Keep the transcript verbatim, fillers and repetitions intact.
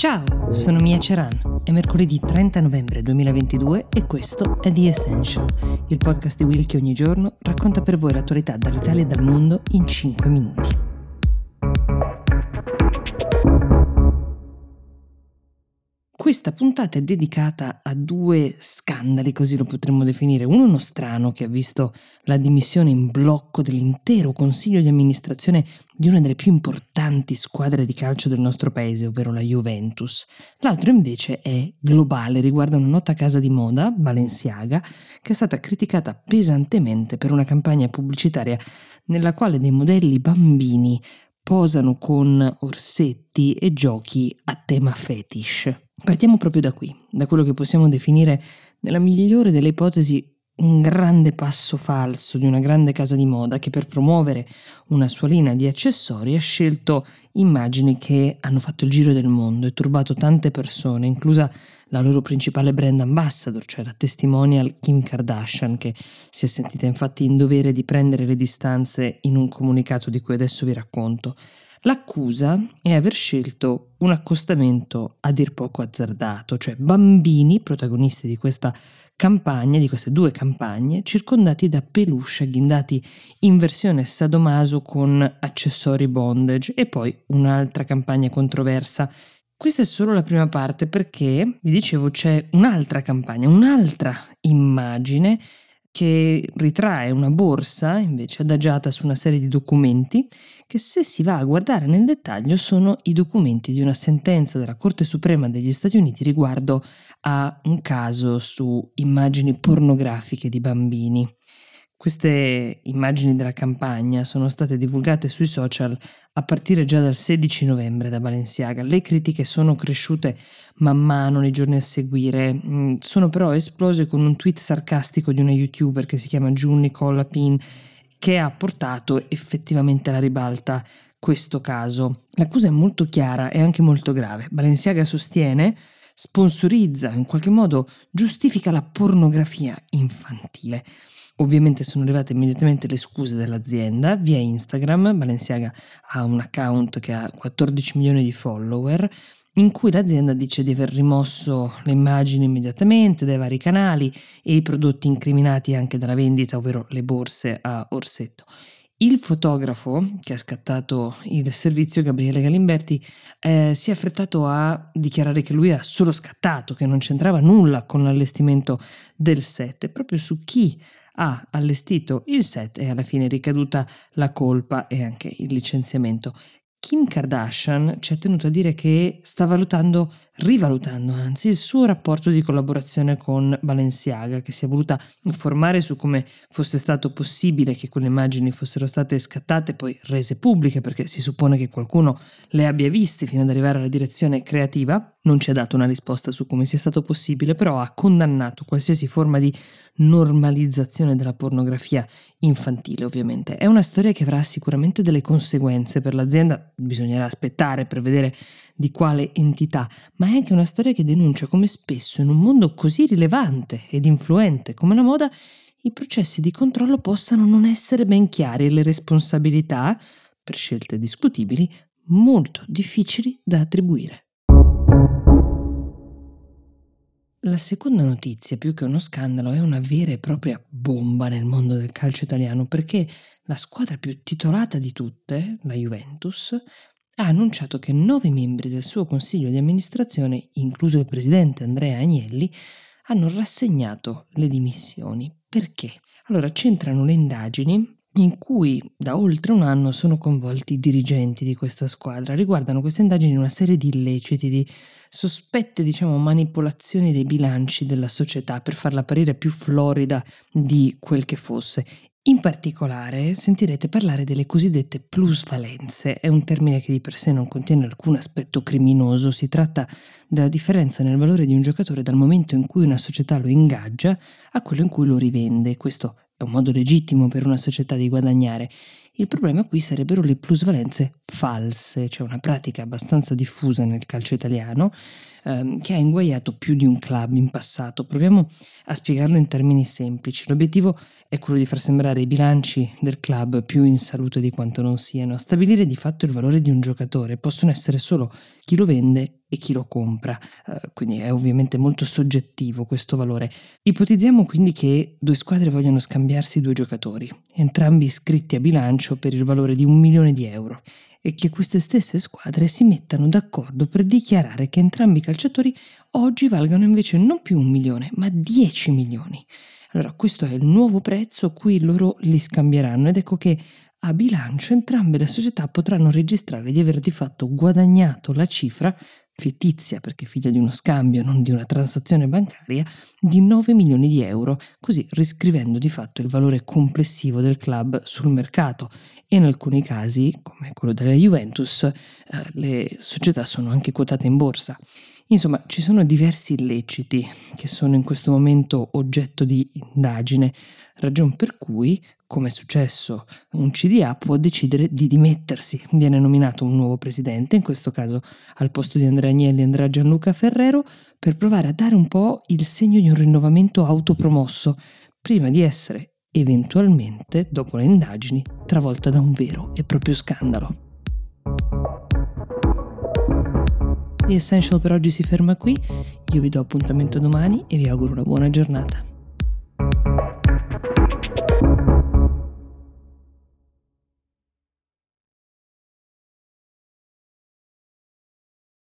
Ciao, sono Mia Ceran. È mercoledì trenta novembre duemilaventidue e questo è The Essential, il podcast di Will che ogni giorno racconta per voi l'attualità dall'Italia e dal mondo in cinque minuti. Questa puntata è dedicata a due scandali, così lo potremmo definire. Uno nostrano che ha visto la dimissione in blocco dell'intero consiglio di amministrazione di una delle più importanti squadre di calcio del nostro paese, ovvero la Juventus. L'altro invece è globale, riguarda una nota casa di moda, Balenciaga, che è stata criticata pesantemente per una campagna pubblicitaria nella quale dei modelli bambini posano con orsetti e giochi a tema fetish. Partiamo proprio da qui, da quello che possiamo definire, nella migliore delle ipotesi, un grande passo falso di una grande casa di moda che per promuovere una sua linea di accessori ha scelto immagini che hanno fatto il giro del mondo e turbato tante persone, inclusa la loro principale brand ambassador, cioè la testimonial Kim Kardashian, che si è sentita infatti in dovere di prendere le distanze in un comunicato di cui adesso vi racconto. L'accusa è aver scelto un accostamento a dir poco azzardato, cioè bambini protagonisti di questa campagna, di queste due campagne, circondati da peluche agghindati in versione sadomaso con accessori bondage, e poi un'altra campagna controversa. Questa è solo la prima parte perché, vi dicevo, c'è un'altra campagna, un'altra immagine che ritrae una borsa invece adagiata su una serie di documenti che, se si va a guardare nel dettaglio, sono i documenti di una sentenza della Corte Suprema degli Stati Uniti riguardo a un caso su immagini pornografiche di bambini. Queste immagini della campagna sono state divulgate sui social a partire già dal sedici novembre da Balenciaga. Le critiche sono cresciute man mano nei giorni a seguire, sono però esplose con un tweet sarcastico di una youtuber che si chiama June Nicole Pin, che ha portato effettivamente alla ribalta questo caso. L'accusa è molto chiara e anche molto grave. Balenciaga sostiene, sponsorizza, in qualche modo giustifica la pornografia infantile. Ovviamente sono arrivate immediatamente le scuse dell'azienda via Instagram. Balenciaga ha un account che ha quattordici milioni di follower, in cui l'azienda dice di aver rimosso le immagini immediatamente dai vari canali e i prodotti incriminati anche dalla vendita, ovvero le borse a orsetto. Il fotografo che ha scattato il servizio, Gabriele Galimberti, eh, si è affrettato a dichiarare che lui ha solo scattato, che non c'entrava nulla con l'allestimento del set, e proprio su chi ha allestito il set e alla fine è ricaduta la colpa e anche il licenziamento. Kim Kardashian ci ha tenuto a dire che sta valutando, rivalutando anzi, il suo rapporto di collaborazione con Balenciaga, che si è voluta informare su come fosse stato possibile che quelle immagini fossero state scattate e poi rese pubbliche, perché si suppone che qualcuno le abbia viste fino ad arrivare alla direzione creativa. Non ci ha dato una risposta su come sia stato possibile, però ha condannato qualsiasi forma di normalizzazione della pornografia infantile. Ovviamente è una storia che avrà sicuramente delle conseguenze per l'azienda, bisognerà aspettare per vedere di quale entità, ma è anche una storia che denuncia come spesso in un mondo così rilevante ed influente come la moda i processi di controllo possano non essere ben chiari e le responsabilità, per scelte discutibili, molto difficili da attribuire. La seconda notizia, più che uno scandalo, è una vera e propria bomba nel mondo del calcio italiano, perché la squadra più titolata di tutte, la Juventus, ha annunciato che nove membri del suo consiglio di amministrazione, incluso il presidente Andrea Agnelli, hanno rassegnato le dimissioni. Perché? Allora, c'entrano le indagini in cui da oltre un anno sono coinvolti i dirigenti di questa squadra. Riguardano queste indagini una serie di illeciti, di sospette, diciamo, manipolazioni dei bilanci della società per farla apparire più florida di quel che fosse. In particolare sentirete parlare delle cosiddette plusvalenze. È un termine che di per sé non contiene alcun aspetto criminoso, si tratta della differenza nel valore di un giocatore dal momento in cui una società lo ingaggia a quello in cui lo rivende. Questo è un modo legittimo per una società di guadagnare. Il problema qui sarebbero le plusvalenze false, cioè una pratica abbastanza diffusa nel calcio italiano ehm, che ha inguaiato più di un club in passato. Proviamo a spiegarlo in termini semplici. L'obiettivo è quello di far sembrare i bilanci del club più in salute di quanto non siano. A stabilire di fatto il valore di un giocatore possono essere solo chi lo vende e chi lo compra, uh, quindi è ovviamente molto soggettivo questo valore. Ipotizziamo quindi che due squadre vogliano scambiarsi due giocatori, entrambi iscritti a bilancio per il valore di un milione di euro, e che queste stesse squadre si mettano d'accordo per dichiarare che entrambi i calciatori oggi valgano invece non più un milione, ma dieci milioni. Allora, questo è il nuovo prezzo a cui loro li scambieranno, ed ecco che a bilancio entrambe le società potranno registrare di aver di fatto guadagnato la cifra fittizia, perché figlia di uno scambio, non di una transazione bancaria, di nove milioni di euro, così riscrivendo di fatto il valore complessivo del club sul mercato. E in alcuni casi, come quello della Juventus, eh, le società sono anche quotate in borsa. Insomma, ci sono diversi illeciti che sono in questo momento oggetto di indagine, ragion per cui, come è successo, un C D A può decidere di dimettersi. Viene nominato un nuovo presidente, in questo caso al posto di Andrea Agnelli andrà Gianluca Ferrero, per provare a dare un po' il segno di un rinnovamento autopromosso, prima di essere eventualmente, dopo le indagini, travolta da un vero e proprio scandalo. The Essential per oggi si ferma qui, io vi do appuntamento domani e vi auguro una buona giornata.